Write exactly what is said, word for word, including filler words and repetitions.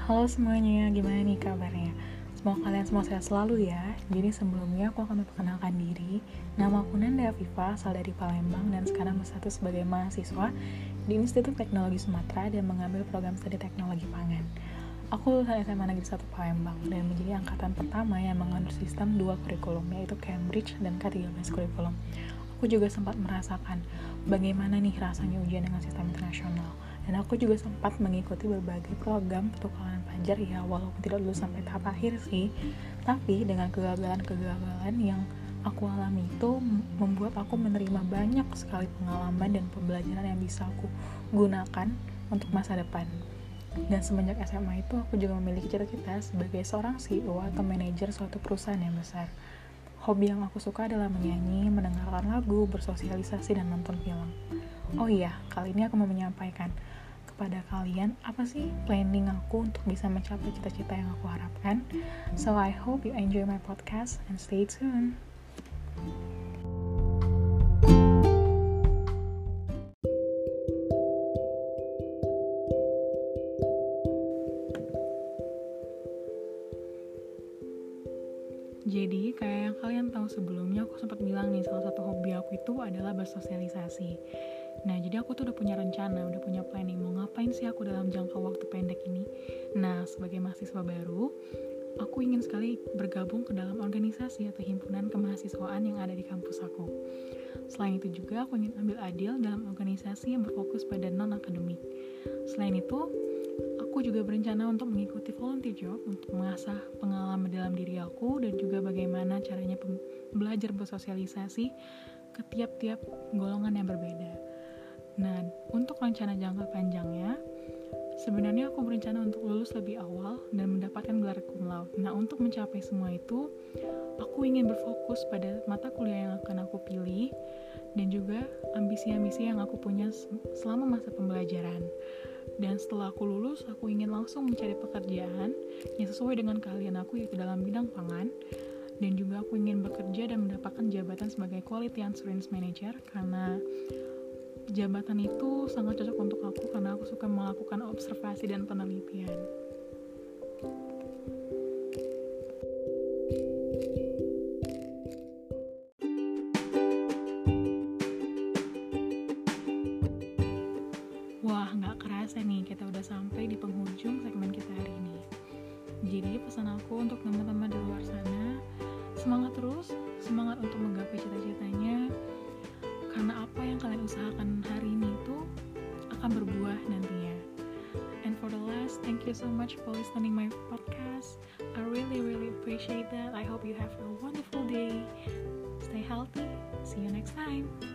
Halo semuanya, gimana nih kabarnya? Semoga kalian semua sehat selalu ya. Jadi sebelumnya aku akan memperkenalkan diri. Nama aku Nanda Afifa, asal dari Palembang dan sekarang berstatus sebagai mahasiswa di Institut Teknologi Sumatera dan mengambil program studi teknologi pangan. Aku lulusan S M A Negeri satu Palembang dan menjadi angkatan pertama yang menganut sistem dua kurikulum, yaitu Cambridge dan K tiga belas kurikulum. Aku juga sempat merasakan bagaimana nih rasanya ujian dengan sistem internasional. Dan aku juga sempat mengikuti berbagai program pertukaran pelajar ya, walaupun tidak lulus sampai tahap akhir sih. Tapi dengan kegagalan-kegagalan yang aku alami itu membuat aku menerima banyak sekali pengalaman dan pembelajaran yang bisa aku gunakan untuk masa depan. Dan semenjak S M A itu aku juga memiliki cita-cita sebagai seorang C E O atau manajer suatu perusahaan yang besar. Hobi yang aku suka adalah menyanyi, mendengarkan lagu, bersosialisasi, dan nonton film. Oh iya, kali ini aku mau menyampaikan kepada kalian apa sih planning aku untuk bisa mencapai cita-cita yang aku harapkan. So I hope you enjoy my podcast and stay tuned. Jadi kayak yang kalian tahu sebelumnya aku sempat bilang nih, salah satu hobi aku itu adalah bersosialisasi. Nah, jadi aku tuh udah punya rencana, udah punya planning mau ngapain sih aku dalam jangka waktu pendek ini. Nah, sebagai mahasiswa baru, aku ingin sekali bergabung ke dalam organisasi atau himpunan kemahasiswaan yang ada di kampus aku. Selain itu juga aku ingin ambil andil dalam organisasi yang berfokus pada non-akademik. Selain itu, aku juga berencana untuk mengikuti volunteer job untuk mengasah pengalaman dalam diri aku dan juga bagaimana caranya belajar bersosialisasi ke tiap-tiap golongan yang berbeda. Nah, untuk rencana jangka panjangnya, sebenarnya aku berencana untuk lulus lebih awal dan mendapatkan gelar cum laude. Nah, untuk mencapai semua itu, aku ingin berfokus pada mata kuliah yang akan aku pilih dan juga ambisi-ambisi yang aku punya selama masa pembelajaran. Dan setelah aku lulus, aku ingin langsung mencari pekerjaan yang sesuai dengan keahlian aku, yaitu dalam bidang pangan. Dan juga aku ingin bekerja dan mendapatkan jabatan sebagai Quality Assurance Manager, karena jabatan itu sangat cocok untuk aku karena aku suka melakukan observasi dan penelitian. Wah, gak kerasa nih kita udah sampai di penghujung segmen kita hari ini. Jadi pesan aku untuk teman-teman di luar sana, semangat terus, semangat untuk menggapai cita-citanya, karena apa yang kalian usahakan hari ini itu akan berbuah nantinya. And for the last, thank you so much for listening my podcast. I really really appreciate that. I hope you have a wonderful day. Stay healthy. See you next time.